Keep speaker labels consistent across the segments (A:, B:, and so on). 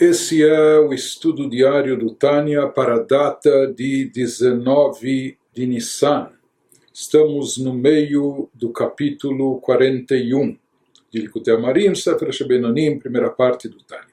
A: Esse é o estudo diário do Tânia para a data de 19 de Nissan. Estamos no meio do capítulo 41 de Likutei Amarim, Sefer Shebenonim, primeira parte do Tânia.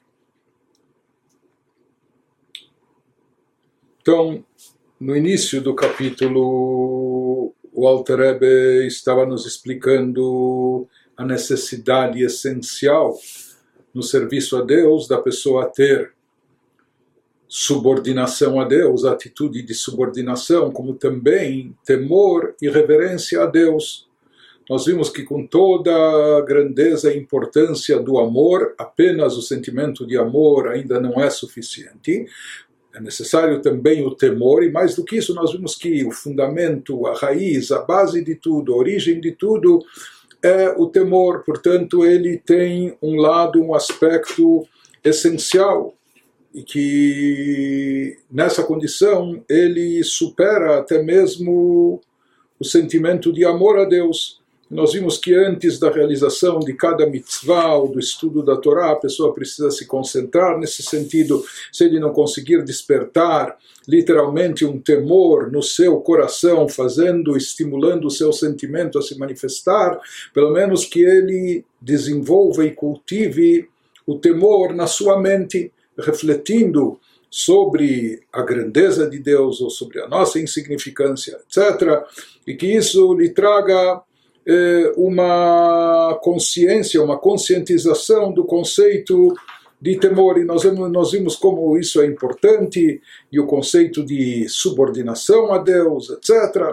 A: Então, no início do capítulo, o Alter Rebbe estava nos explicando a necessidade essencial no serviço a Deus, da pessoa ter subordinação a Deus, atitude de subordinação, como também temor e reverência a Deus. Nós vimos que com toda a grandeza e importância do amor, apenas o sentimento de amor ainda não é suficiente. É necessário também o temor, e mais do que isso, nós vimos que o fundamento, a raiz, a base de tudo, a origem de tudo, é o temor. Portanto, ele tem um lado, um aspecto essencial, e que nessa condição ele supera até mesmo o sentimento de amor a Deus. Nós vimos que antes da realização de cada mitzvah ou do estudo da Torá, a pessoa precisa se concentrar nesse sentido. Se ele não conseguir despertar literalmente um temor no seu coração, estimulando o seu sentimento a se manifestar, pelo menos que ele desenvolva e cultive o temor na sua mente, refletindo sobre a grandeza de Deus ou sobre a nossa insignificância, etc. E que isso lhe traga uma consciência, uma conscientização do conceito de temor. E nós vimos como isso é importante, e o conceito de subordinação a Deus, etc.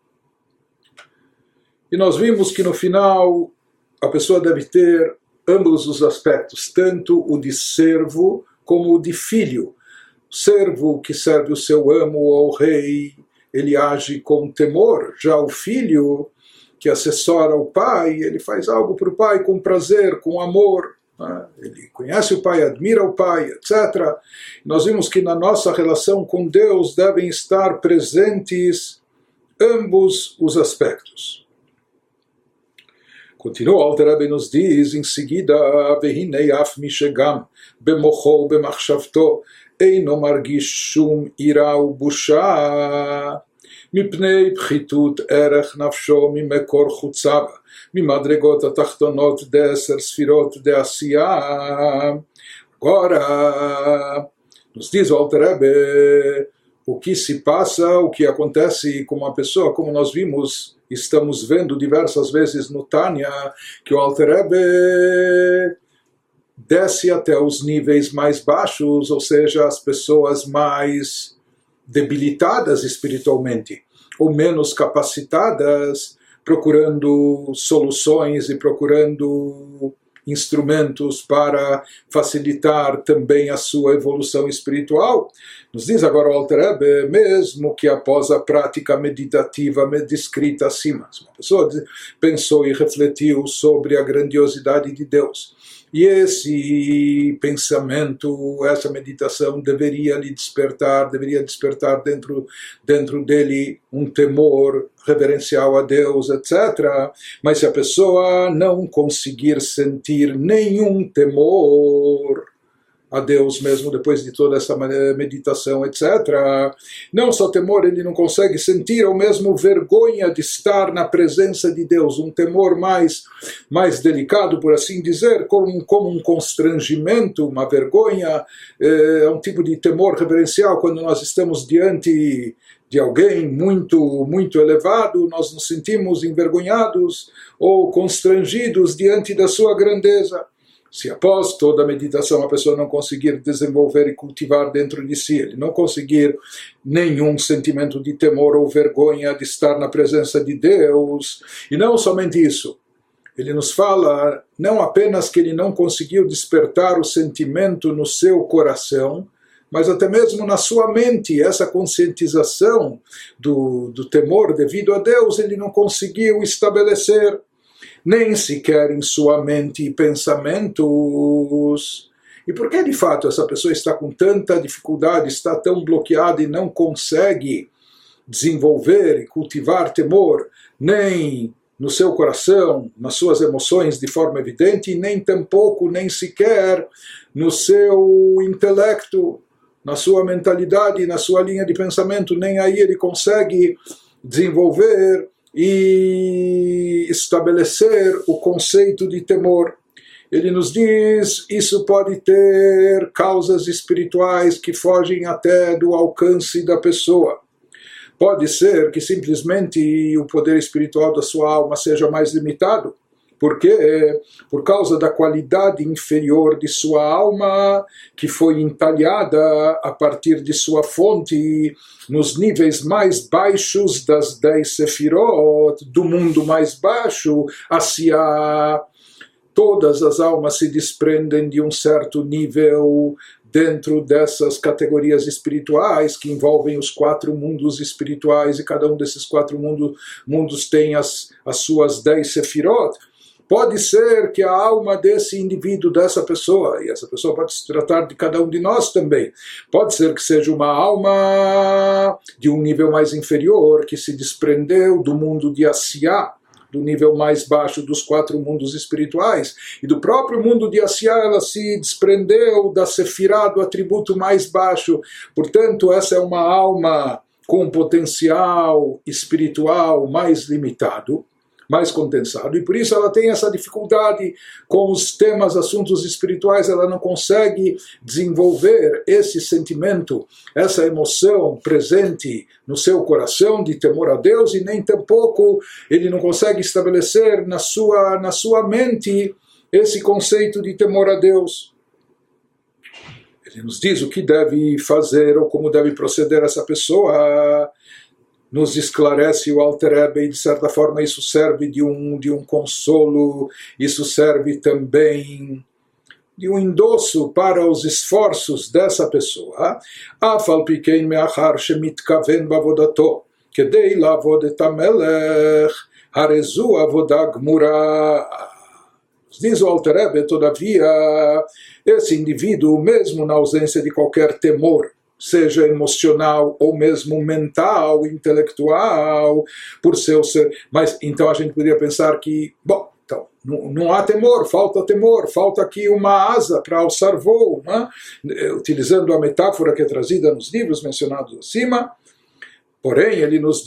A: E nós vimos que no final a pessoa deve ter ambos os aspectos, tanto o de servo como o de filho. O servo que serve o seu amo ou rei, ele age com temor. Já o filho que assessora o pai, ele faz algo para o pai com prazer, com amor. Ele conhece o pai, admira o pai, etc. Nós vimos que na nossa relação com Deus devem estar presentes ambos os aspectos. Continua, o Alter Rebbe nos diz em seguida: "Vehinei af mi shegam bemocho bemachshavto eino margish shum ira ubusha מפני פחיתות ערך נפשו ממקור חוציו, ממדרגות התחתונות ד10 ספירות דעשייה." Agora, nos diz o Alter Rebbe o que se passa, o que acontece com uma pessoa, como nós vimos, estamos vendo diversas vezes no Tânia, que o Alter Rebbe desce até os níveis mais baixos, ou seja, as pessoas mais debilitadas espiritualmente, ou menos capacitadas, procurando soluções e procurando instrumentos para facilitar também a sua evolução espiritual. Nos diz agora o Alter Rebbe, mesmo que após a prática meditativa descrita acima, uma pessoa pensou e refletiu sobre a grandiosidade de Deus, e esse pensamento, essa meditação deveria despertar dentro dele um temor reverencial a Deus, etc. Mas se a pessoa não conseguir sentir nenhum temor a Deus mesmo depois de toda essa meditação, etc. Não só temor, ele não consegue sentir, ou mesmo vergonha de estar na presença de Deus, um temor mais delicado, por assim dizer, como um constrangimento, uma vergonha, é um tipo de temor reverencial. Quando nós estamos diante de alguém muito elevado, nós nos sentimos envergonhados ou constrangidos diante da sua grandeza. Se após toda a meditação a pessoa não conseguir desenvolver e cultivar dentro de si, ele não conseguir nenhum sentimento de temor ou vergonha de estar na presença de Deus, e não somente isso, ele nos fala não apenas que ele não conseguiu despertar o sentimento no seu coração, mas até mesmo na sua mente, essa conscientização do temor devido a Deus, ele não conseguiu estabelecer, nem sequer em sua mente e pensamentos. E por que de fato essa pessoa está com tanta dificuldade, está tão bloqueada e não consegue desenvolver e cultivar temor, nem no seu coração, nas suas emoções de forma evidente, e nem tampouco, nem sequer no seu intelecto, na sua mentalidade, na sua linha de pensamento, nem aí ele consegue desenvolver e estabelecer o conceito de temor. Ele nos diz, isso pode ter causas espirituais que fogem até do alcance da pessoa. Pode ser que simplesmente o poder espiritual da sua alma seja mais limitado, porque por causa da qualidade inferior de sua alma, que foi entalhada a partir de sua fonte nos níveis mais baixos das 10 sefirot, do mundo mais baixo, hacia todas as almas se desprendem de um certo nível dentro dessas categorias espirituais que envolvem os 4 mundos espirituais, e cada um desses 4 mundos tem as suas 10 sefirot. Pode ser que a alma desse indivíduo, dessa pessoa, e essa pessoa pode se tratar de cada um de nós também, pode ser que seja uma alma de um nível mais inferior, que se desprendeu do mundo de Asiá, do nível mais baixo dos 4 mundos espirituais, e do próprio mundo de Asiá ela se desprendeu da Sefirá, do atributo mais baixo. Portanto, essa é uma alma com um potencial espiritual mais limitado, mais condensado, e por isso ela tem essa dificuldade com os temas, assuntos espirituais. Ela não consegue desenvolver esse sentimento, essa emoção presente no seu coração de temor a Deus, e nem tampouco ele não consegue estabelecer na sua mente esse conceito de temor a Deus. Ele nos diz o que deve fazer ou como deve proceder essa pessoa. Nos esclarece o Alter Rebbe, e de certa forma isso serve de um consolo, isso serve também de um endosso para os esforços dessa pessoa. Af al pi kein me'achar shemitkaven bavodato kedei la'avod et hamelech hare zu avodah gmura. Diz o Alter Rebbe, todavia, esse indivíduo, mesmo na ausência de qualquer temor, seja emocional ou mesmo mental, intelectual, por seu ser. Mas então a gente poderia pensar que, bom, então, não há temor, falta aqui uma asa para alçar voo, né? Utilizando a metáfora que é trazida nos livros mencionados acima. Porém, ele nos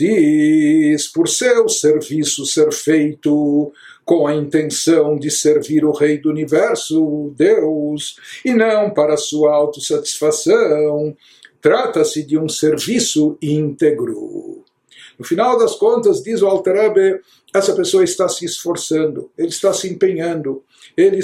A: diz, por seu serviço ser feito com a intenção de servir o Rei do Universo, Deus, e não para sua autossatisfação, trata-se de um serviço íntegro. No final das contas, diz o Alter Rebbe, essa pessoa está se esforçando, ele está se empenhando, ele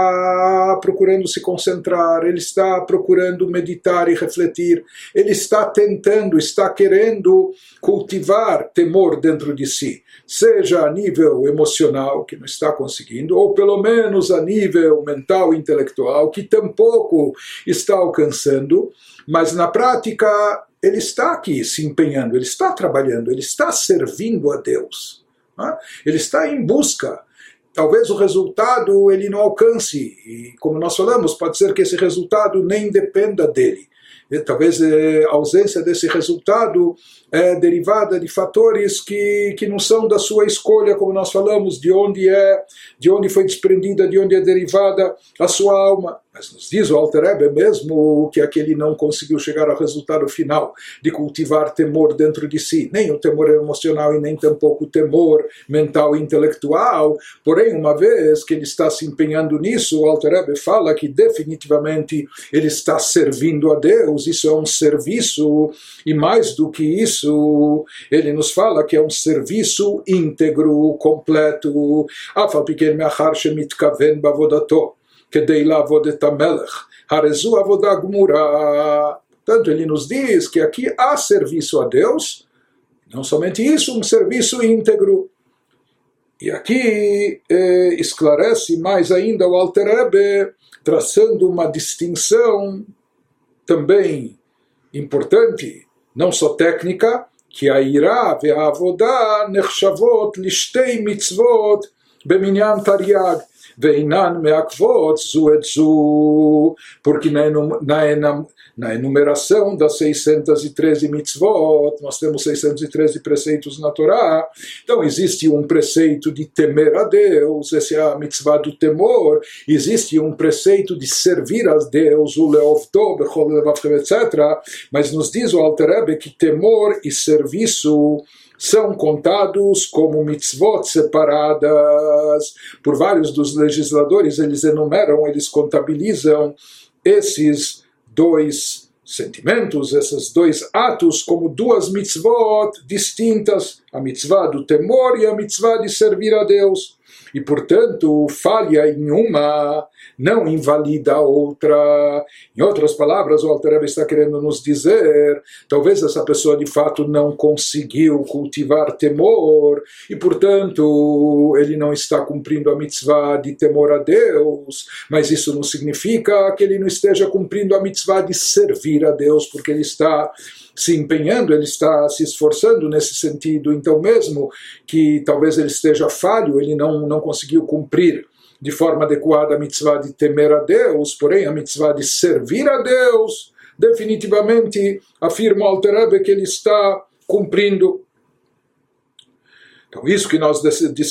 A: está procurando se concentrar, ele está procurando meditar e refletir, ele está tentando, está querendo cultivar temor dentro de si, seja a nível emocional, que não está conseguindo, ou pelo menos a nível mental e intelectual, que tampouco está alcançando, mas na prática ele está aqui se empenhando, ele está trabalhando, ele está servindo a Deus. Ele está em busca. Talvez o resultado ele não alcance, e como nós falamos, pode ser que esse resultado nem dependa dele. Talvez a ausência desse resultado é derivada de fatores que não são da sua escolha, como nós falamos, de onde foi desprendida, de onde é derivada a sua alma. Mas nos diz o Alter Rebbe mesmo que aquele não conseguiu chegar ao resultado final de cultivar temor dentro de si, nem o temor emocional e nem tampouco o temor mental e intelectual. Porém, uma vez que ele está se empenhando nisso, o Alter Rebbe fala que definitivamente ele está servindo a Deus. Isso é um serviço, e mais do que isso, ele nos fala que é um serviço íntegro, completo. Afal piken me'achar shemitkaven bavodato kedei la'avod et hamelech hare zu avodah gmura. Portanto, ele nos diz que aqui há serviço a Deus, não somente isso, um serviço íntegro. E aqui esclarece mais ainda o Alter Rebbe, traçando uma distinção também importante, não só técnica, que a irá e a avodah nechshavot lishtei mitzvot beminyan tariag, veinan meakvot zu et zu, porque na enumeração das 613 mitzvot, nós temos 613 preceitos na Torá, então existe um preceito de temer a Deus, essa é a mitzvah do temor, existe um preceito de servir a Deus, o leovdo, bechol levavchem, etc., mas nos diz o Alter Rebbe que temor e serviço são contados como mitzvot separadas. Por vários dos legisladores, eles enumeram, eles contabilizam esses dois sentimentos, esses dois atos, como duas mitzvot distintas, a mitzvah do temor e a mitzvah de servir a Deus. E, portanto, falha em uma não invalida a outra. Em outras palavras, o Alter Rebbe está querendo nos dizer, talvez essa pessoa de fato não conseguiu cultivar temor, e, portanto, ele não está cumprindo a mitzvah de temor a Deus, mas isso não significa que ele não esteja cumprindo a mitzvah de servir a Deus, porque ele está se empenhando, ele está se esforçando nesse sentido. Então, mesmo que talvez ele esteja falho, ele não conseguiu cumprir de forma adequada a mitzvah de temer a Deus, porém a mitzvah de servir a Deus, definitivamente afirma o Alter Rebbe que ele está cumprindo. Então, isso que nós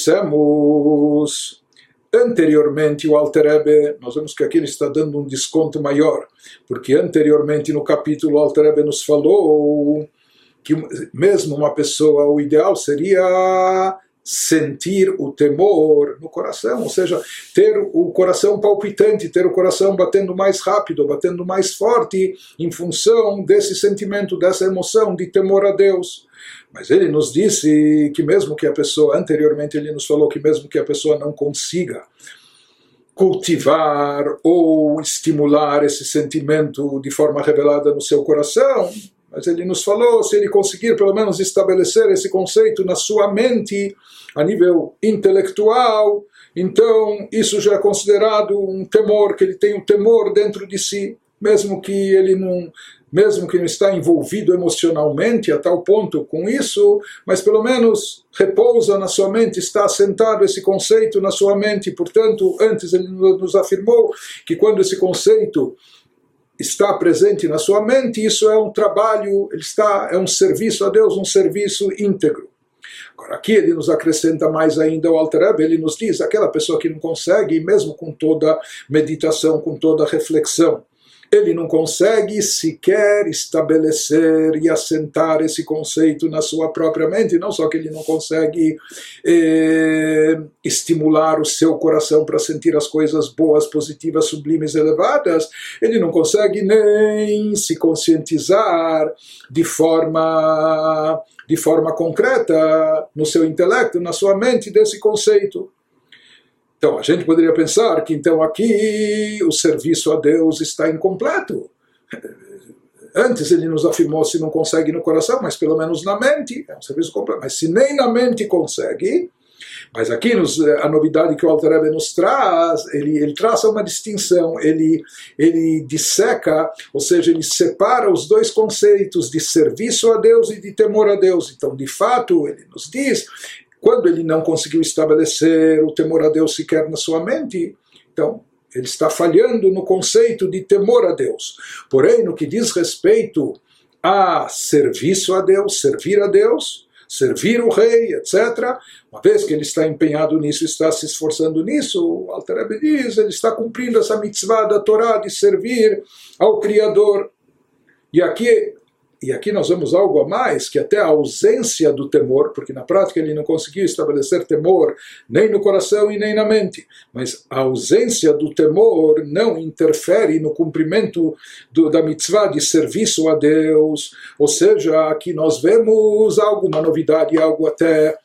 A: dissemos anteriormente, o Alter Rebbe, nós vemos que aqui ele está dando um desconto maior, porque anteriormente no capítulo o Alter Rebbe nos falou que mesmo uma pessoa, o ideal seria sentir o temor no coração, ou seja, ter o coração palpitante, ter o coração batendo mais rápido, batendo mais forte, em função desse sentimento, dessa emoção de temor a Deus. Mas ele nos disse que mesmo que a pessoa, anteriormente ele nos falou que mesmo que a pessoa não consiga cultivar ou estimular esse sentimento de forma revelada no seu coração, mas ele nos falou, se ele conseguir pelo menos estabelecer esse conceito na sua mente, a nível intelectual, então isso já é considerado um temor, que ele tem um temor dentro de si, mesmo que não está envolvido emocionalmente a tal ponto com isso, mas pelo menos repousa na sua mente, está assentado esse conceito na sua mente. Portanto, antes ele nos afirmou que quando esse conceito está presente na sua mente, isso é um trabalho, é um serviço a Deus, um serviço íntegro. Agora, aqui ele nos acrescenta mais ainda o Alter Rebbe, ele nos diz, aquela pessoa que não consegue, mesmo com toda meditação, com toda reflexão, ele não consegue sequer estabelecer e assentar esse conceito na sua própria mente, não só que ele não consegue estimular o seu coração para sentir as coisas boas, positivas, sublimes, elevadas, ele não consegue nem se conscientizar de forma concreta no seu intelecto, na sua mente, desse conceito. Então, a gente poderia pensar que, então, aqui o serviço a Deus está incompleto. Antes ele nos afirmou se não consegue no coração, mas pelo menos na mente, é um serviço completo. Mas se nem na mente consegue, mas aqui a novidade que o Alter Rebbe nos traz, ele traça uma distinção, ele disseca, ou seja, ele separa os dois conceitos de serviço a Deus e de temor a Deus. Então, de fato, ele nos diz, quando ele não conseguiu estabelecer o temor a Deus sequer na sua mente, então ele está falhando no conceito de temor a Deus. Porém, no que diz respeito a serviço a Deus, servir o rei, etc., uma vez que ele está empenhado nisso, está se esforçando nisso, o Alter Rebbe diz, ele está cumprindo essa mitzvah da Torá de servir ao Criador. E aqui nós vemos algo a mais, que até a ausência do temor, porque na prática ele não conseguiu estabelecer temor nem no coração e nem na mente, mas a ausência do temor não interfere no cumprimento da mitzvah de serviço a Deus. Ou seja, aqui nós vemos alguma novidade, algo até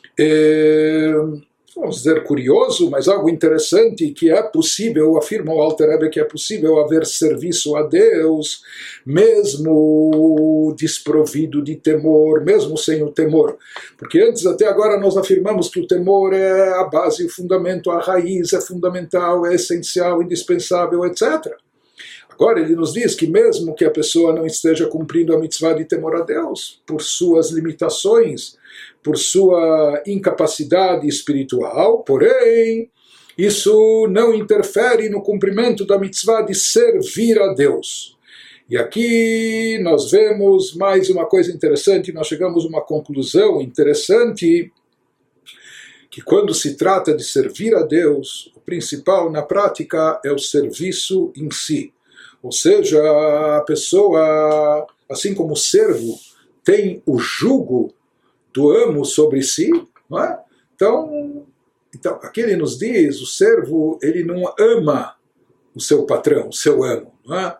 A: vamos dizer curioso, mas algo interessante, que é possível, afirma o Alter Rebbe, que é possível haver serviço a Deus, mesmo desprovido de temor, mesmo sem o temor. Porque antes, até agora, nós afirmamos que o temor é a base, o fundamento, a raiz, é fundamental, é essencial, indispensável, etc. Agora ele nos diz que mesmo que a pessoa não esteja cumprindo a mitzvah de temor a Deus, por suas limitações, por sua incapacidade espiritual, porém, isso não interfere no cumprimento da mitzvah de servir a Deus. E aqui nós vemos mais uma coisa interessante, nós chegamos a uma conclusão interessante, que quando se trata de servir a Deus, o principal na prática é o serviço em si. Ou seja, a pessoa, assim como o servo tem o jugo do amo sobre si, não é? Então, aqui ele nos diz, o servo ele não ama o seu patrão, o seu amo, não é?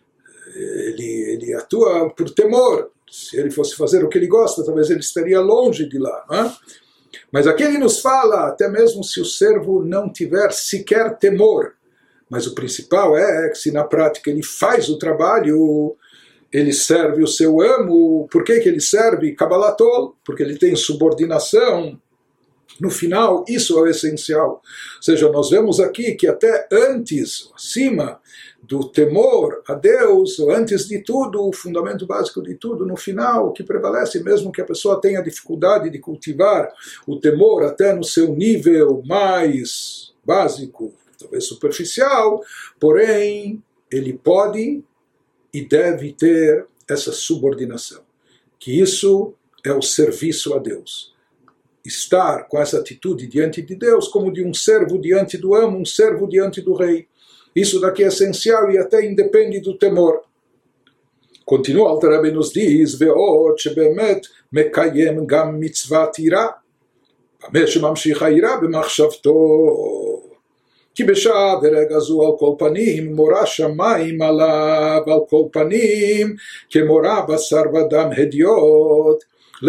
A: Ele atua por temor. Se ele fosse fazer o que ele gosta, talvez ele estaria longe de lá, não é? Mas aqui ele nos fala, até mesmo se o servo não tiver sequer temor, mas o principal é que se na prática ele faz o trabalho, ele serve o seu amo. Por que ele serve? Kabbalatol, porque ele tem subordinação. No final, isso é o essencial. Ou seja, nós vemos aqui que até antes, acima do temor a Deus, ou antes de tudo, o fundamento básico de tudo, no final, o que prevalece, mesmo que a pessoa tenha dificuldade de cultivar o temor até no seu nível mais básico, talvez superficial, porém, ele pode e deve ter essa subordinação. Que isso é o serviço a Deus. Estar com essa atitude diante de Deus como de um servo diante do amo, um servo diante do rei. Isso daqui é essencial e até independe do temor. Continua, Alter Rebbe nos diz, ve'ot shebemet mekayem gam mitzvat ira, b'meh shemamshich ha'ira b'machshavto, כי בשעה ורגע זו על כל פנים מורה שמיים עליו על כל פנים כמורה בשר ודם הדיוט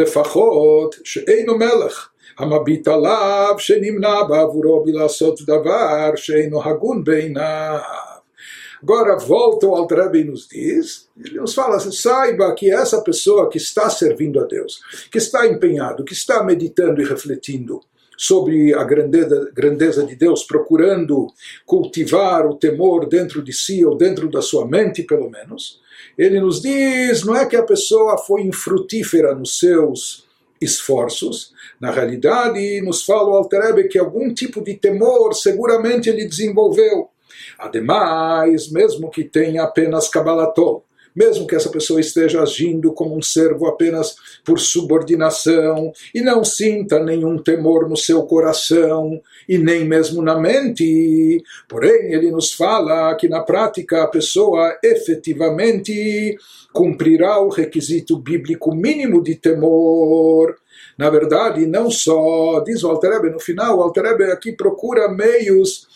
A: לפחות שאינו מלך המביט עליו שנמנע בעבורו בלעשות דבר שאינו הגון בעיניו. Agora volta o Alter Rebbe e nos diz, ele nos fala, saiba que essa pessoa que está servindo a Deus, que está empenhado, que está meditando e refletindo sobre a grandeza de Deus, procurando cultivar o temor dentro de si, ou dentro da sua mente, pelo menos, ele nos diz, não é que a pessoa foi infrutífera nos seus esforços, na realidade, nos fala o Alter Rebbe que algum tipo de temor seguramente ele desenvolveu. Ademais, mesmo que tenha apenas Kabbalatol, mesmo que essa pessoa esteja agindo como um servo apenas por subordinação e não sinta nenhum temor no seu coração e nem mesmo na mente, porém ele nos fala que na prática a pessoa efetivamente cumprirá o requisito bíblico mínimo de temor. Na verdade, não só, diz o Alter Rebbe no final, o Alter Rebbe aqui procura meios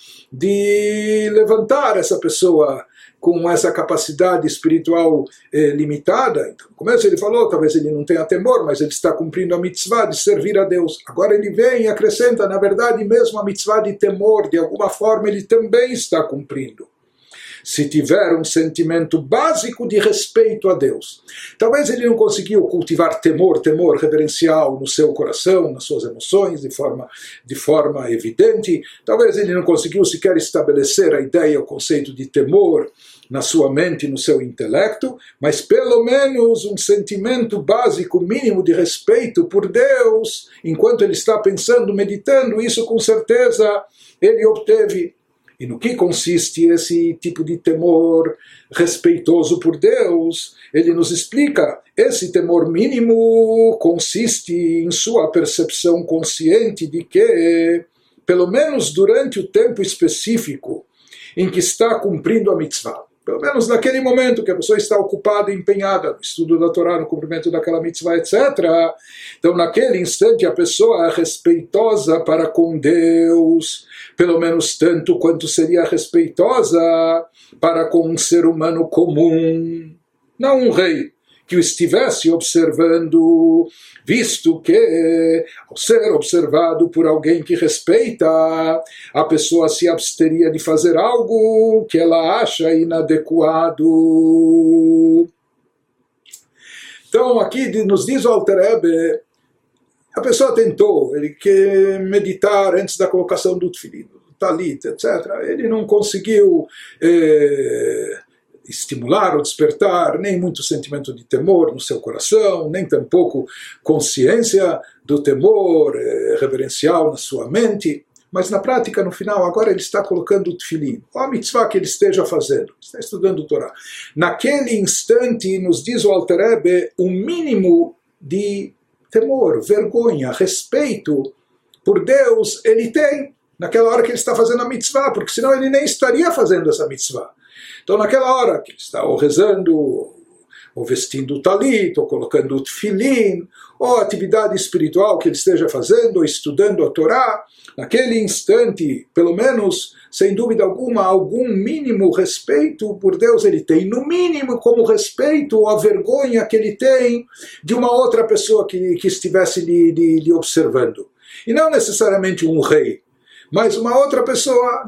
A: de levantar essa pessoa com essa capacidade espiritual limitada. Então, no começo ele falou, talvez ele não tenha temor, mas ele está cumprindo a mitzvah de servir a Deus. Agora ele vem e acrescenta, na verdade, mesmo a mitzvah de temor, de alguma forma ele também está cumprindo. Se tiver um sentimento básico de respeito a Deus. Talvez ele não conseguiu cultivar temor reverencial no seu coração, nas suas emoções, de forma evidente. Talvez ele não conseguiu sequer estabelecer a ideia, o conceito de temor na sua mente, no seu intelecto, mas pelo menos um sentimento básico, mínimo de respeito por Deus, enquanto ele está pensando, meditando, isso com certeza ele obteve. E no que consiste esse tipo de temor respeitoso por Deus? Ele nos explica, esse temor mínimo consiste em sua percepção consciente de que, pelo menos durante o tempo específico em que está cumprindo a mitzvah, pelo menos naquele momento que a pessoa está ocupada e empenhada no estudo da Torá, no cumprimento daquela mitzvah, etc. Então, naquele instante, a pessoa é respeitosa para com Deus, pelo menos tanto quanto seria respeitosa para com um ser humano comum, não um rei que o estivesse observando, visto que, ao ser observado por alguém que respeita, a pessoa se absteria de fazer algo que ela acha inadequado. Então, aqui nos diz o Alter Rebbe, a pessoa tentou, ele quer meditar antes da colocação do tefilim, do talit, etc. Ele não conseguiu estimular ou despertar nem muito sentimento de temor no seu coração, nem tampouco consciência do temor reverencial na sua mente. Mas na prática, no final, agora ele está colocando o tefilim, ou a mitzvah que ele esteja fazendo, está estudando o Torá. Naquele instante, nos diz o Alter Rebbe, um mínimo de temor, vergonha, respeito por Deus, ele tem naquela hora que ele está fazendo a mitzvah, porque senão ele nem estaria fazendo essa mitzvah. Então naquela hora que ele está ou rezando, ou vestindo o talit, ou colocando o tefilim, ou a atividade espiritual que ele esteja fazendo, ou estudando a Torá, naquele instante, pelo menos, sem dúvida alguma, algum mínimo respeito por Deus ele tem, no mínimo como respeito ou a vergonha que ele tem de uma outra pessoa que estivesse lhe observando. E não necessariamente um rei, mas uma outra pessoa,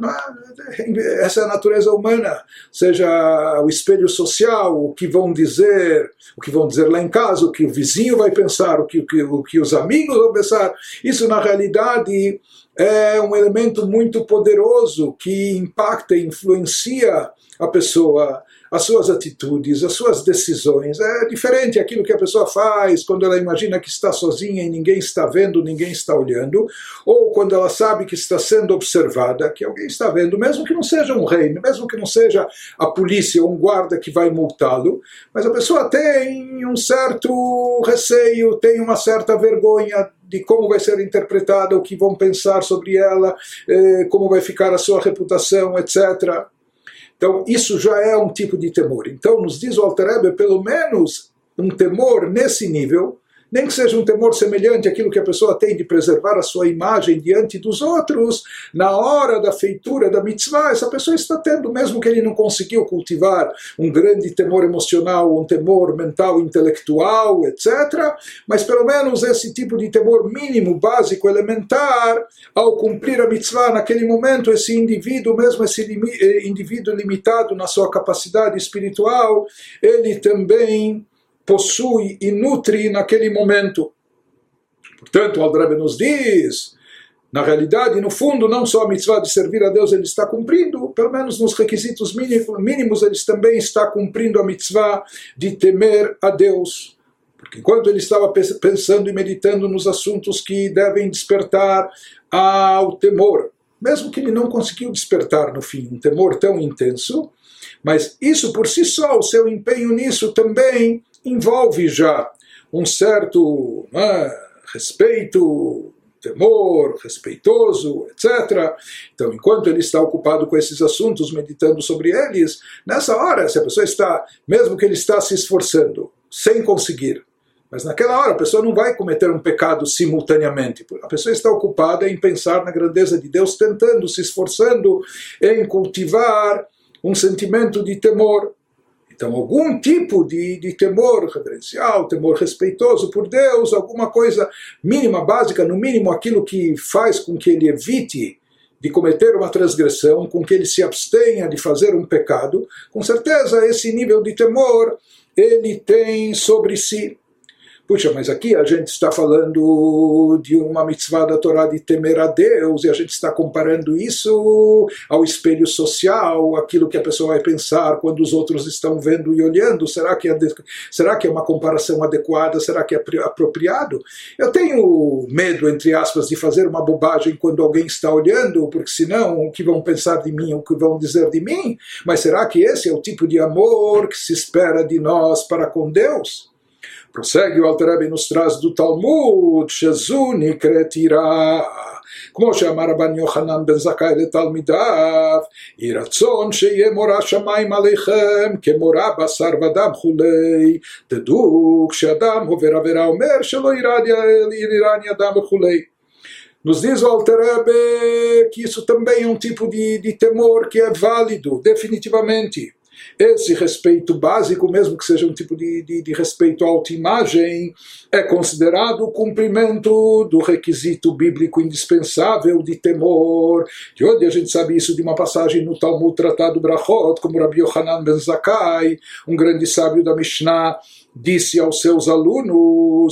A: essa é a natureza humana, seja o espelho social, o que vão dizer lá em casa, o que o vizinho vai pensar, o que os amigos vão pensar, isso na realidade é um elemento muito poderoso que impacta e influencia a pessoa, as suas atitudes, as suas decisões. É diferente aquilo que a pessoa faz quando ela imagina que está sozinha e ninguém está vendo, ninguém está olhando, ou quando ela sabe que está sendo observada, que alguém está vendo, mesmo que não seja um rei, mesmo que não seja a polícia ou um guarda que vai multá-lo, mas a pessoa tem um certo receio, tem uma certa vergonha de como vai ser interpretada, o que vão pensar sobre ela, como vai ficar a sua reputação, etc. Então, isso já é um tipo de temor. Então, nos diz o Alter Rebbe, pelo menos um temor nesse nível, nem que seja um temor semelhante àquilo que a pessoa tem de preservar a sua imagem diante dos outros, na hora da feitura da mitzvah, essa pessoa está tendo, mesmo que ele não conseguiu cultivar um grande temor emocional, um temor mental, intelectual, etc., mas pelo menos esse tipo de temor mínimo, básico, elementar, ao cumprir a mitzvah naquele momento, esse indivíduo, mesmo esse indivíduo limitado na sua capacidade espiritual, ele também possui e nutre naquele momento. Portanto, o Alter Rebbe nos diz, na realidade, no fundo, não só a mitzvah de servir a Deus ele está cumprindo, pelo menos nos requisitos mínimos ele também está cumprindo a mitzvah de temer a Deus. Porque enquanto ele estava pensando e meditando nos assuntos que devem despertar ao temor, mesmo que ele não conseguiu despertar no fim um temor tão intenso, mas isso por si só, o seu empenho nisso também envolve já um certo respeito, temor, respeitoso, etc. Então, enquanto ele está ocupado com esses assuntos, meditando sobre eles, nessa hora, se a pessoa está, mesmo que ele está se esforçando, sem conseguir, mas naquela hora a pessoa não vai cometer um pecado simultaneamente. A pessoa está ocupada em pensar na grandeza de Deus, tentando, se esforçando em cultivar um sentimento de temor. Então, algum tipo de temor reverencial, temor respeitoso por Deus, alguma coisa mínima, básica, no mínimo aquilo que faz com que ele evite de cometer uma transgressão, com que ele se abstenha de fazer um pecado, com certeza esse nível de temor ele tem sobre si. Puxa, mas aqui a gente está falando de uma mitzvah da Torá de temer a Deus, e a gente está comparando isso ao espelho social, aquilo que a pessoa vai pensar quando os outros estão vendo e olhando. Será que é uma comparação adequada? Será que é apropriado? Eu tenho medo, entre aspas, de fazer uma bobagem quando alguém está olhando, porque senão o que vão pensar de mim, o que vão dizer de mim? Mas será que esse é o tipo de amor que se espera de nós para com Deus? Prossegue o Alter Rebbe nos traz do Talmud, שזו נקראת יראה, כמו שאמר רבן יוחנן בן זכאי לתלמידיו, יהי רצון שיהיה מורא שמיים עליכם, כמורא בשר ודם וכולי, תדעו כשאדם עובר עבירה אומר שלא ירען ידם וכולי. Nos diz o Alter Rebbe que isso também é um tipo de temor que é válido, definitivamente. Esse respeito básico, mesmo que seja um tipo de respeito à autoimagem, é considerado o cumprimento do requisito bíblico indispensável de temor. De onde a gente sabe isso? De uma passagem no Talmud tratado Brachot, como Rabbi Yochanan ben Zakkai, um grande sábio da Mishnah, disse aos seus alunos: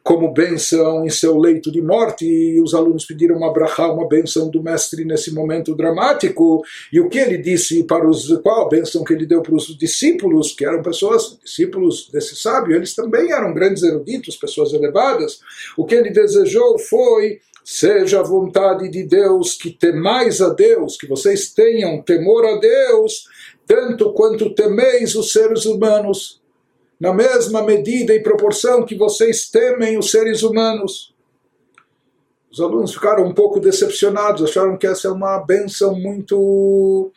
A: como bênção em seu leito de morte, e os alunos pediram uma brachá, uma bênção do mestre nesse momento dramático, e o que ele disse qual a bênção que ele deu para os discípulos, que eram discípulos desse sábio, eles também eram grandes eruditos, pessoas elevadas, o que ele desejou foi: seja a vontade de Deus que temais a Deus, que vocês tenham temor a Deus, tanto quanto temeis os seres humanos, na mesma medida e proporção que vocês temem os seres humanos. Os alunos ficaram um pouco decepcionados, acharam que essa é uma bênção muito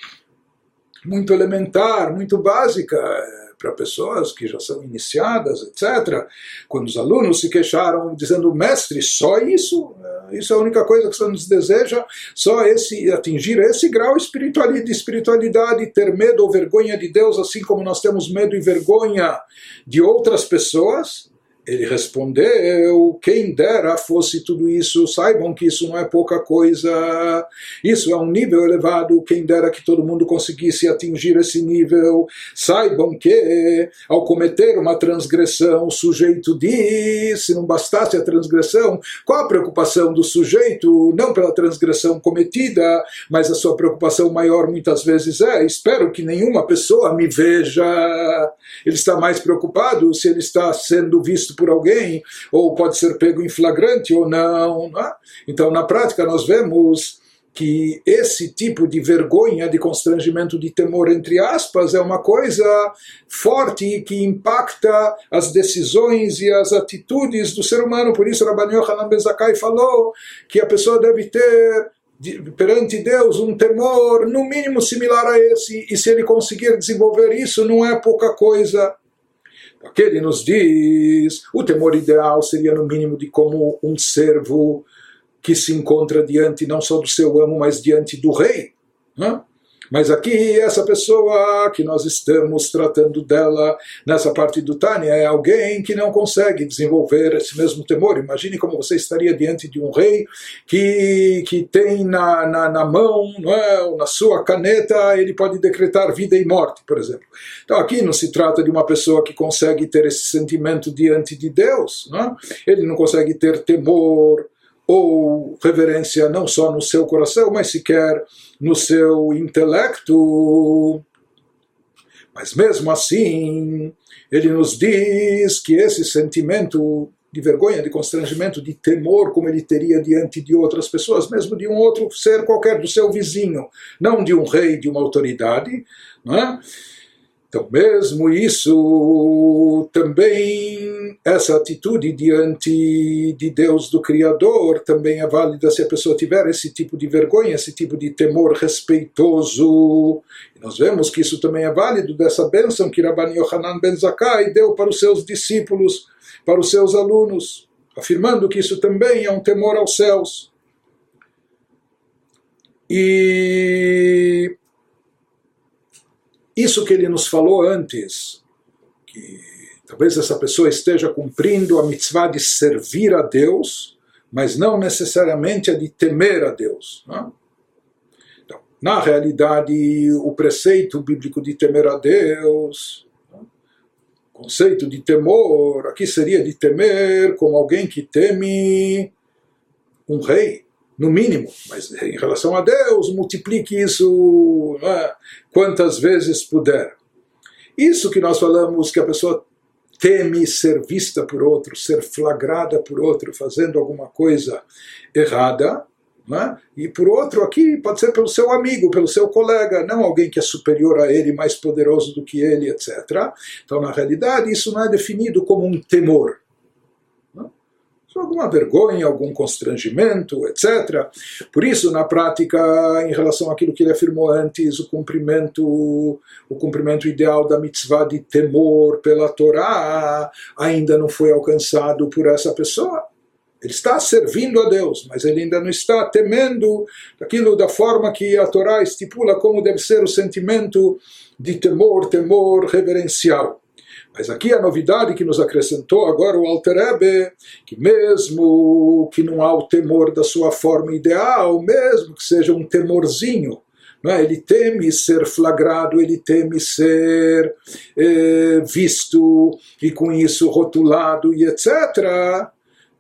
A: elementar, muito básica para pessoas que já são iniciadas, etc. Quando os alunos se queixaram, dizendo: mestre, só isso? Isso é a única coisa que você nos deseja? Só atingir esse grau de espiritualidade, ter medo ou vergonha de Deus, assim como nós temos medo e vergonha de outras pessoas? Ele respondeu: quem dera fosse tudo isso, saibam que isso não é pouca coisa, isso é um nível elevado, quem dera que todo mundo conseguisse atingir esse nível. Saibam que, ao cometer uma transgressão, o sujeito diz, se não bastasse a transgressão, qual a preocupação do sujeito? Não pela transgressão cometida, mas a sua preocupação maior muitas vezes é: espero que nenhuma pessoa me veja. Ele está mais preocupado se ele está sendo visto por alguém, ou pode ser pego em flagrante ou não, né? Então, na prática, nós vemos que esse tipo de vergonha, de constrangimento, de temor, entre aspas, é uma coisa forte que impacta as decisões e as atitudes do ser humano. Por isso, Rabban Yochanan ben Zakkai falou que a pessoa deve ter perante Deus um temor no mínimo similar a esse, e se ele conseguir desenvolver isso, não é pouca coisa. Aqui ele nos diz: o temor ideal seria no mínimo de como um servo que se encontra diante não só do seu amo, mas diante do rei, né? Mas aqui, essa pessoa que nós estamos tratando dela nessa parte do Tânia é alguém que não consegue desenvolver esse mesmo temor. Imagine como você estaria diante de um rei que tem na mão, não é, na sua caneta, ele pode decretar vida e morte, por exemplo. Então aqui não se trata de uma pessoa que consegue ter esse sentimento diante de Deus, não é? Ele não consegue ter temor ou reverência não só no seu coração, mas sequer no seu intelecto. Mas mesmo assim, ele nos diz que esse sentimento de vergonha, de constrangimento, de temor, como ele teria diante de outras pessoas, mesmo de um outro ser qualquer, do seu vizinho, não de um rei, de uma autoridade, não é? Então, mesmo isso, também essa atitude diante de Deus, do Criador, também é válida se a pessoa tiver esse tipo de vergonha, esse tipo de temor respeitoso. E nós vemos que isso também é válido dessa bênção que Rabban Yochanan ben Zakkai deu para os seus discípulos, para os seus alunos, afirmando que isso também é um temor aos céus. E isso que ele nos falou antes, que talvez essa pessoa esteja cumprindo a mitzvah de servir a Deus, mas não necessariamente a de temer a Deus, né? Então, na realidade, o preceito bíblico de temer a Deus, né? O conceito de temor aqui seria de temer como alguém que teme um rei, no mínimo, mas em relação a Deus, multiplique isso, né, quantas vezes puder. Isso que nós falamos, que a pessoa teme ser vista por outro, ser flagrada por outro, fazendo alguma coisa errada, né? E por outro aqui pode ser pelo seu amigo, pelo seu colega, não alguém que é superior a ele, mais poderoso do que ele, etc. Então, na realidade, isso não é definido como um temor. Alguma vergonha, algum constrangimento, etc. Por isso, na prática, em relação àquilo que ele afirmou antes, o cumprimento ideal da mitzvah de temor pela Torá ainda não foi alcançado por essa pessoa. Ele está servindo a Deus, mas ele ainda não está temendo aquilo da forma que a Torá estipula como deve ser o sentimento de temor reverencial. Mas aqui a novidade que nos acrescentou agora o Alter Rebbe, que mesmo que não há o temor da sua forma ideal, mesmo que seja um temorzinho, não é? Ele teme ser flagrado, ele teme ser visto e com isso rotulado e etc.,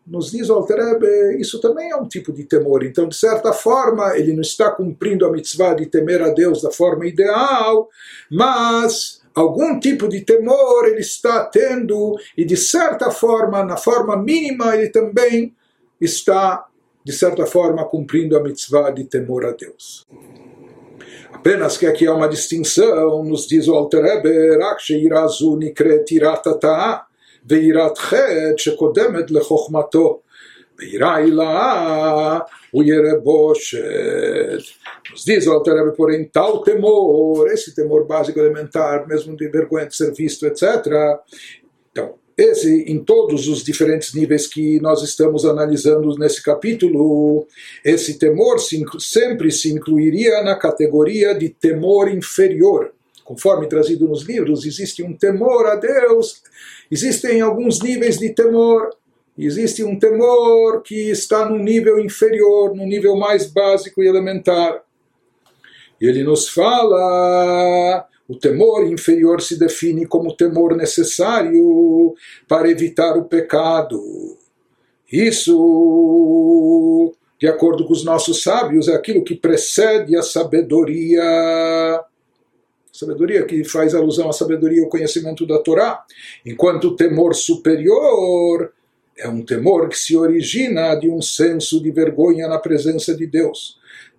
A: nos diz o Alter Rebbe, isso também é um tipo de temor. Então, de certa forma, ele não está cumprindo a mitzvah de temer a Deus da forma ideal, mas algum tipo de temor ele está tendo, e de certa forma, na forma mínima, ele também está, de certa forma, cumprindo a mitzvah de temor a Deus. Apenas que aqui há uma distinção, nos diz o Alter Rebbe, Rak she'ira zu nikret irat hata'a, ve'irat chet shekodemet lechokhmato, ve'ira ila'a uyere boshet. Nos diz o Alter Rebbe, porém, tal temor, esse temor básico elementar, mesmo de vergonha de ser visto, etc. Então, esse, em todos os diferentes níveis que nós estamos analisando nesse capítulo, esse temor sempre se incluiria na categoria de temor inferior. Conforme trazido nos livros, existe um temor a Deus, existem alguns níveis de temor, existe um temor que está no nível inferior, no nível mais básico e elementar. E ele nos fala, o temor inferior se define como temor necessário para evitar o pecado. Isso, de acordo com os nossos sábios, é aquilo que precede a sabedoria. Sabedoria que faz alusão à sabedoria e ao conhecimento da Torá. Enquanto o temor superior é um temor que se origina de um senso de vergonha na presença de Deus.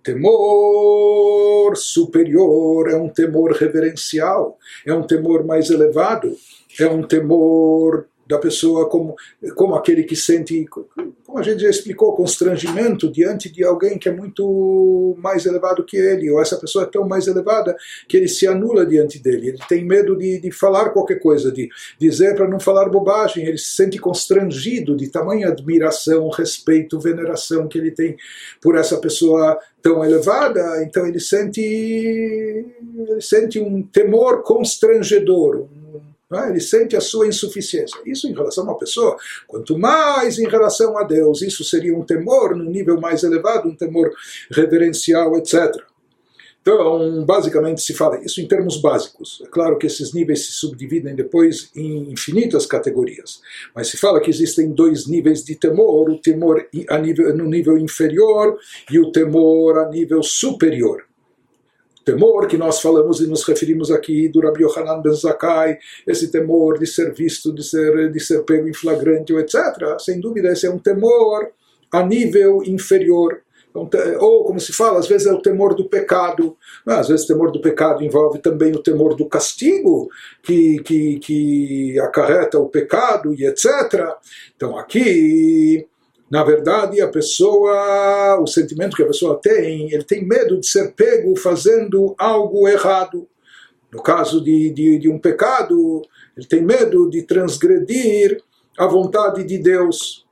A: Temor superior é um temor reverencial, é um temor mais elevado, é um temor da pessoa como aquele que sente, como a gente já explicou, constrangimento diante de alguém que é muito mais elevado que ele, ou essa pessoa é tão mais elevada que ele se anula diante dele, ele tem medo de falar qualquer coisa, de dizer para não falar bobagem, ele se sente constrangido de tamanha admiração, respeito, veneração que ele tem por essa pessoa tão elevada, então ele sente um temor constrangedor, ele sente a sua insuficiência. Isso em relação a uma pessoa. Quanto mais em relação a Deus, isso seria um temor num nível mais elevado, um temor reverencial, etc. Então, basicamente se fala isso em termos básicos. É claro que esses níveis se subdividem depois em infinitas categorias. Mas se fala que existem dois níveis de temor, o temor no nível inferior e o temor a nível superior. Temor que nós falamos e nos referimos aqui do Rabbi Yochanan ben Zakkai, esse temor de ser visto, de ser pego em flagrante, etc. Sem dúvida, esse é um temor a nível inferior. Ou, como se fala, às vezes é o temor do pecado. Às vezes o temor do pecado envolve também o temor do castigo, que acarreta o pecado, e etc. Então aqui, na verdade, a pessoa, o sentimento que a pessoa tem, ele tem medo de ser pego fazendo algo errado. No caso de um pecado, ele tem medo de transgredir a vontade de Deus.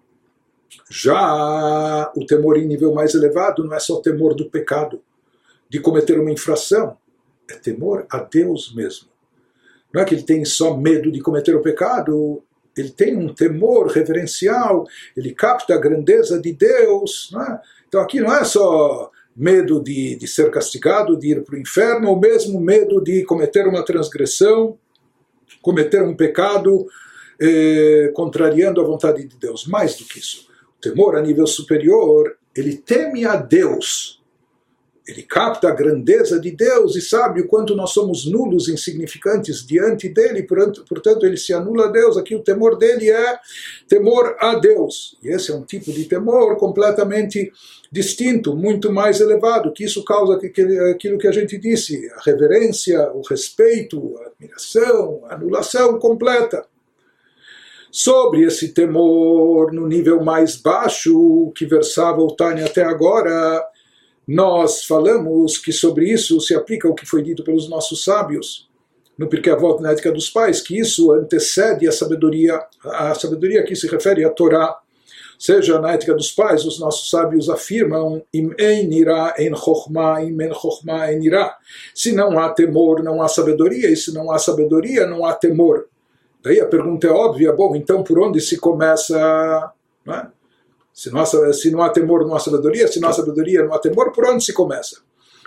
A: Já o temor em nível mais elevado não é só temor do pecado, de cometer uma infração, é temor a Deus mesmo. Não é que ele tem só medo de cometer o pecado, ele tem um temor reverencial, ele capta a grandeza de Deus. Não é? Então aqui não é só medo de ser castigado, de ir para o inferno, ou mesmo medo de cometer uma transgressão, cometer um pecado contrariando a vontade de Deus. Mais do que isso, o temor a nível superior, ele teme a Deus. Ele capta a grandeza de Deus e sabe o quanto nós somos nulos, insignificantes diante dele, portanto ele se anula a Deus. Aqui o temor dele é temor a Deus. E esse é um tipo de temor completamente distinto, muito mais elevado, que isso causa aquilo que a gente disse, a reverência, o respeito, a admiração, a anulação completa. Sobre esse temor no nível mais baixo, que versava o Tânia até agora, nós falamos que sobre isso se aplica o que foi dito pelos nossos sábios no Pirkei Avot, na Ética dos Pais, que isso antecede a sabedoria que se refere à Torá. Ou seja, na Ética dos Pais, os nossos sábios afirmam im ein ira ein chokhmah, im en chokhmah ein ira. Se não há temor, não há sabedoria, e se não há sabedoria, não há temor. Daí a pergunta é óbvia, bom, então por onde se começa, não é? Se não há temor, não há sabedoria. Se não há sabedoria, não há temor. Por onde se começa?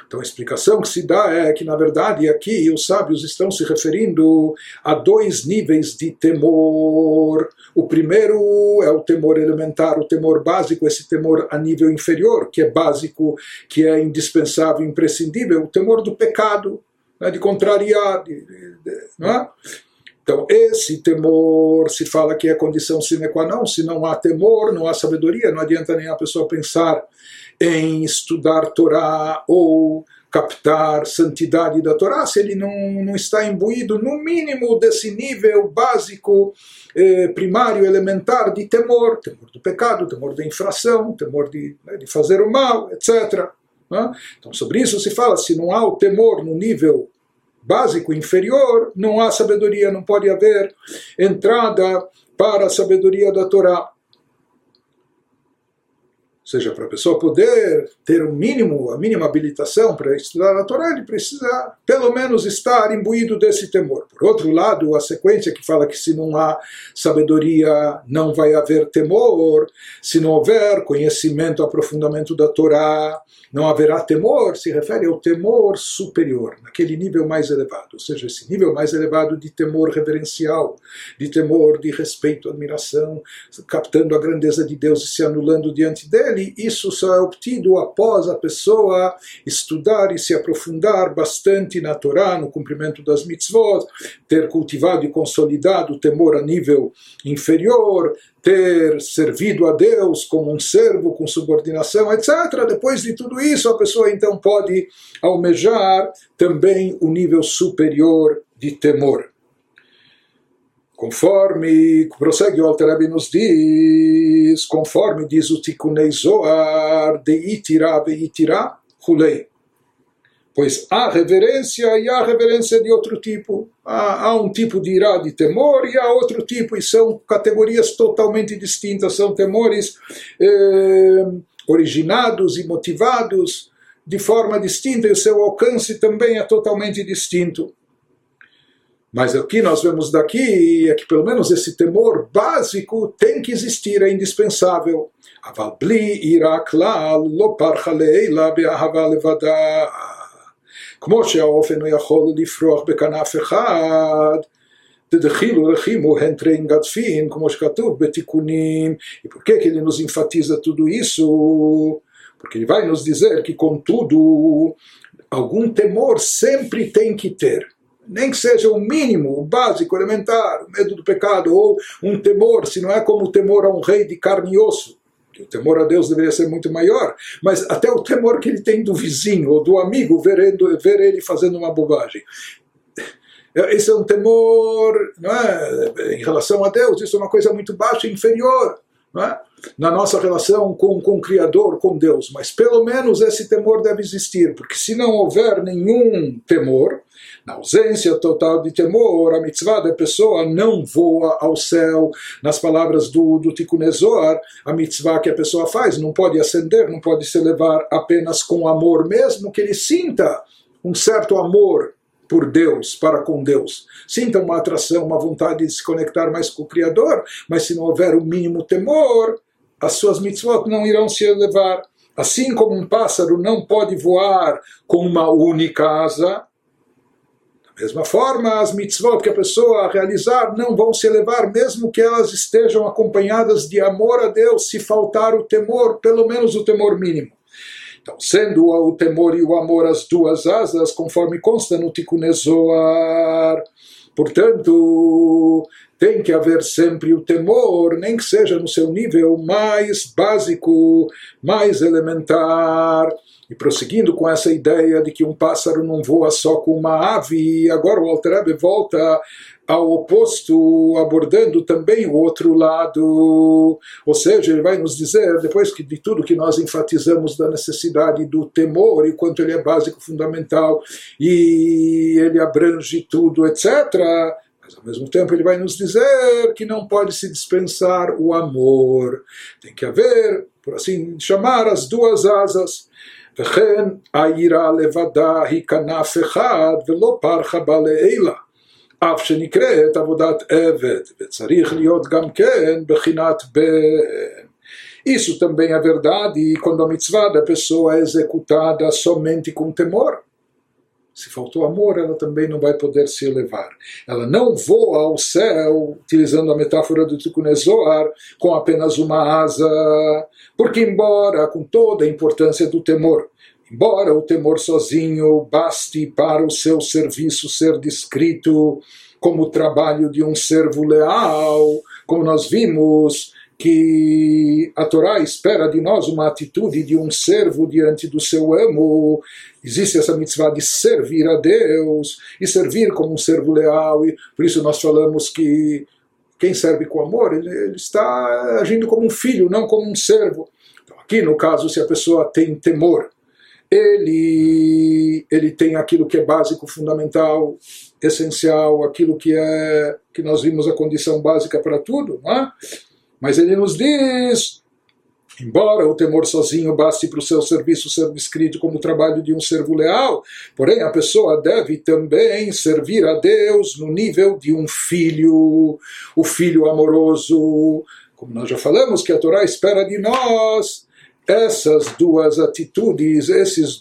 A: Então a explicação que se dá é que, na verdade, aqui os sábios estão se referindo a dois níveis de temor. O primeiro é o temor elementar, o temor básico, esse temor a nível inferior, que é básico, que é indispensável, imprescindível, o temor do pecado, né, de contrariar, não é? Então, esse temor, se fala que é condição sine qua non, se não há temor, não há sabedoria, não adianta nem a pessoa pensar em estudar Torá ou captar santidade da Torá, se ele não está imbuído, no mínimo, desse nível básico, primário, elementar de temor do pecado, temor da infração, temor de fazer o mal, etc. Então, sobre isso se fala, se não há o temor no nível básico, inferior, não há sabedoria, não pode haver entrada para a sabedoria da Torá. Ou seja, para a pessoa poder ter a mínima habilitação para estudar a Torá, ele precisa pelo menos estar imbuído desse temor. Por outro lado, a sequência que fala que se não há sabedoria, não vai haver temor, se não houver conhecimento, aprofundamento da Torá, não haverá temor, se refere ao temor superior, naquele nível mais elevado, ou seja, esse nível mais elevado de temor reverencial, de temor, de respeito, admiração, captando a grandeza de Deus e se anulando diante dele. Isso só é obtido após a pessoa estudar e se aprofundar bastante na Torá, no cumprimento das mitzvot, ter cultivado e consolidado o temor a nível inferior, ter servido a Deus como um servo, com subordinação, etc. Depois de tudo isso, a pessoa então pode almejar também o nível superior de temor. Conforme prossegue o Alter Rebbe nos diz, conforme diz o Tikunei Zohar, de Itirá ve Itirá, Hulei. Pois há reverência e há reverência de outro tipo. Há um tipo de irá, de temor, e há outro tipo, e são categorias totalmente distintas, são temores originados e motivados de forma distinta, e o seu alcance também é totalmente distinto. Mas o que nós vemos daqui é que pelo menos esse temor básico tem que existir, é indispensável. Aval bli ira klal lo parcha leila be'ahava levada. כמו שהאופן הוא יכול לפרוח בכנף אחד, תדחילו רחימו הן טרין גדפין, כמו שכתוב בתיקונים. E por que ele nos enfatiza tudo isso? Porque ele vai nos dizer que, contudo, algum temor sempre tem que ter. Nem que seja o mínimo, o básico, elementar, o medo do pecado, ou um temor, se não é como o temor a um rei de carne e osso. O temor a Deus deveria ser muito maior, mas até o temor que ele tem do vizinho ou do amigo ver ele fazendo uma bobagem. Esse é um temor, não é? Em relação a Deus, isso é uma coisa muito baixa e inferior, não é? Na nossa relação com o Criador, com Deus. Mas pelo menos esse temor deve existir, porque se não houver nenhum temor, na ausência total de temor, a mitzvah da pessoa não voa ao céu. Nas palavras do Tikunei Zohar, a mitzvah que a pessoa faz não pode ascender, não pode se elevar apenas com amor, mesmo que ele sinta um certo amor por Deus, para com Deus. Sinta uma atração, uma vontade de se conectar mais com o Criador, mas se não houver o mínimo temor, as suas mitzvot não irão se elevar. Assim como um pássaro não pode voar com uma única asa, da mesma forma, as mitzvot que a pessoa realizar não vão se elevar, mesmo que elas estejam acompanhadas de amor a Deus, se faltar o temor, pelo menos o temor mínimo. Então, sendo o temor e o amor as duas asas, conforme consta no Tikunei Zohar, portanto, tem que haver sempre o temor, nem que seja no seu nível mais básico, mais elementar. E prosseguindo com essa ideia de que um pássaro não voa só com uma ave, agora o Alter Rebbe volta ao oposto, abordando também o outro lado. Ou seja, ele vai nos dizer, depois de tudo que nós enfatizamos da necessidade do temor, e quanto ele é básico, fundamental, e ele abrange tudo, etc., mas ao mesmo tempo ele vai nos dizer que não pode se dispensar o amor. Tem que haver, por assim chamar, as duas asas. וכן העירה לבדה היא כנף אחד ולא פרחה בה לעילה, אף שנקראת עבודת עבד, וצריך להיות גם כן בחינת בן. Isso também é verdade quando a mitzvah da pessoa é executada somente com temor. Se faltou amor, ela também não vai poder se elevar. Ela não voa ao céu, utilizando a metáfora do Tikkun Zohar, com apenas uma asa, porque embora, com toda a importância do temor, embora o temor sozinho baste para o seu serviço ser descrito como o trabalho de um servo leal, como nós vimos que a Torá espera de nós uma atitude de um servo diante do seu amo. Existe essa mitzvah de servir a Deus e servir como um servo leal, e por isso nós falamos que quem serve com amor, ele está agindo como um filho, não como um servo. Então, aqui no caso, se a pessoa tem temor, ele tem aquilo que é básico, fundamental, essencial, aquilo que nós vimos a condição básica para tudo, não é? Mas ele nos diz, embora o temor sozinho baste para o seu serviço ser descrito como o trabalho de um servo leal, porém a pessoa deve também servir a Deus no nível de um filho, o filho amoroso, como nós já falamos que a Torá espera de nós. Essas duas atitudes, essas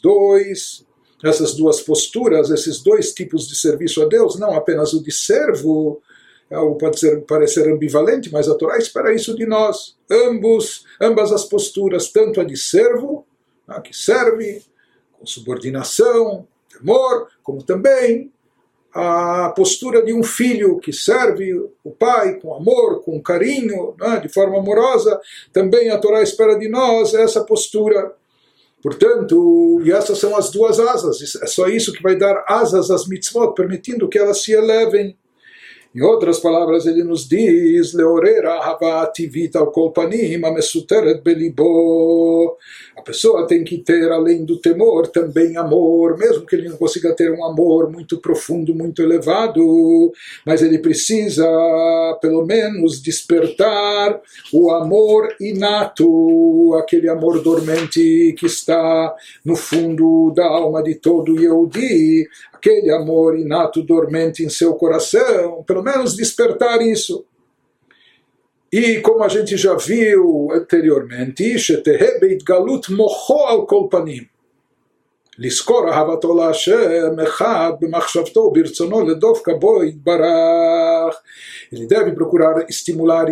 A: duas posturas, esses dois tipos de serviço a Deus, não apenas o de servo, algo pode parecer ambivalente, mas a Torá espera isso de nós. Ambas as posturas, tanto a de servo, que serve com subordinação, temor, como também a postura de um filho que serve o pai com amor, com carinho, de forma amorosa. Também a Torá espera de nós essa postura. Portanto, e essas são as duas asas, é só isso que vai dar asas às mitzvot, permitindo que elas se elevem. Em outras palavras, ele nos diz, Leorer ahava tivit al kol panim amesuteret belibo. A pessoa tem que ter, além do temor, também amor, mesmo que ele não consiga ter um amor muito profundo, muito elevado, mas ele precisa, pelo menos, despertar o amor inato, aquele amor dormente que está no fundo da alma de todo Yehudi, aquele amor inato dormente em seu coração, pelo menos despertar isso. E como a gente já viu anteriormente, shetehe beitgalut mocho al kol panim. לזכור אהבתו להשם אחד במחשבתו וברצונו לדווקא בו יתברך. Ele deve procurar estimular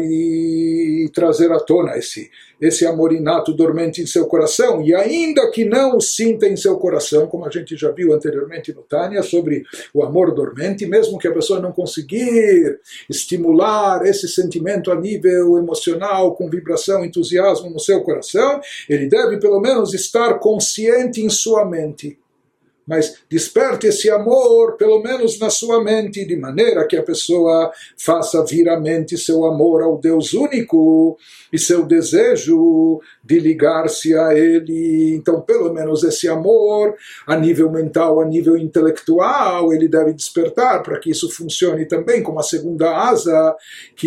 A: e trazer à tona esse amor inato dormente em seu coração, e ainda que não o sinta em seu coração, como a gente já viu anteriormente no Tânia, sobre o amor dormente, mesmo que a pessoa não conseguir estimular esse sentimento a nível emocional, com vibração, entusiasmo no seu coração, ele deve pelo menos estar consciente em sua mente. Mas desperte esse amor, pelo menos na sua mente, de maneira que a pessoa faça vir à mente seu amor ao Deus único e seu desejo de ligar-se a Ele. Então, pelo menos esse amor, a nível mental, a nível intelectual, ele deve despertar para que isso funcione também como a segunda asa, que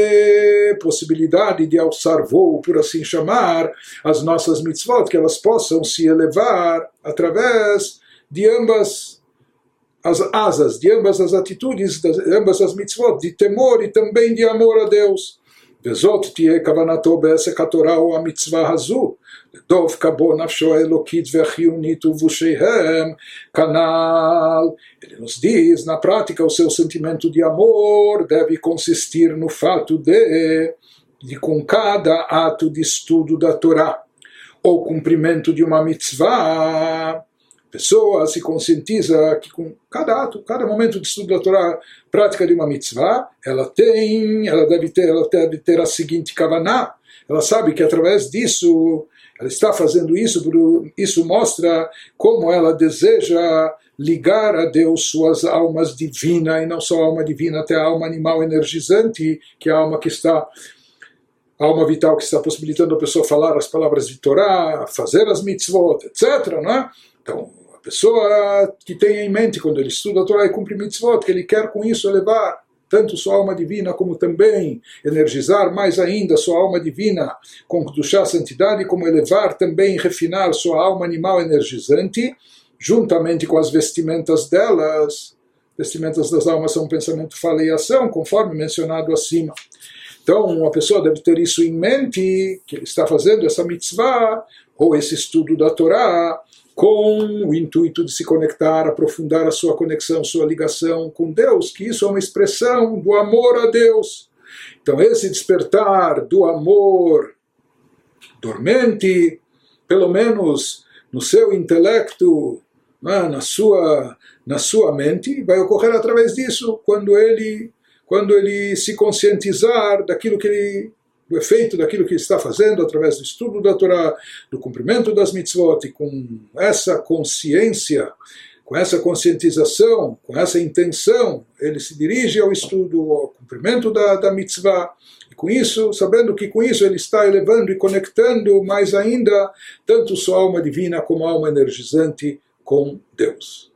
A: dê possibilidade de alçar voo, por assim chamar, as nossas mitzvot, que elas possam se elevar através de ambas as asas, de ambas as atitudes, de ambas as mitzvot, de temor e também de amor a Deus. וזאת תהיה כוונתו בעסק התורה או המצווה הזו, לדווקא בו נפשו האלוקית והחיונית ובושיהם כנ"ל. Ele nos diz, na prática, o seu sentimento de amor deve consistir no fato de com cada ato de estudo da Torá ou cumprimento de uma mitzvah, a pessoa se conscientiza que com cada ato, cada momento de estudo da Torá, prática de uma mitzvah, ela deve ter a seguinte kavaná. Ela sabe que através disso, ela está fazendo isso, isso mostra como ela deseja ligar a Deus suas almas divinas, e não só a alma divina, até a alma animal energizante, que é a alma que está... a alma vital que está possibilitando a pessoa falar as palavras de Torá, fazer as mitzvot, etc. Não é? Então, a pessoa que tem em mente, quando ele estuda a Torá e cumpre mitzvot, que ele quer com isso elevar tanto sua alma divina, como também energizar mais ainda sua alma divina com Kedushá, santidade, como elevar também e refinar sua alma animal energizante, juntamente com as vestimentas delas. Vestimentas das almas são pensamento, fala e ação, conforme mencionado acima. Então, a pessoa deve ter isso em mente, que ele está fazendo essa mitzvah, ou esse estudo da Torá, com o intuito de se conectar, aprofundar a sua conexão, sua ligação com Deus, que isso é uma expressão do amor a Deus. Então, esse despertar do amor dormente, pelo menos no seu intelecto, na sua mente, vai ocorrer através disso, quando ele se conscientizar daquilo que ele, do efeito daquilo que ele está fazendo, através do estudo da Torá, do cumprimento das mitzvot, e com essa consciência, com essa conscientização, com essa intenção, ele se dirige ao estudo, ao cumprimento da mitzvah, e com isso, sabendo que com isso ele está elevando e conectando mais ainda, tanto sua alma divina como a alma energizante com Deus.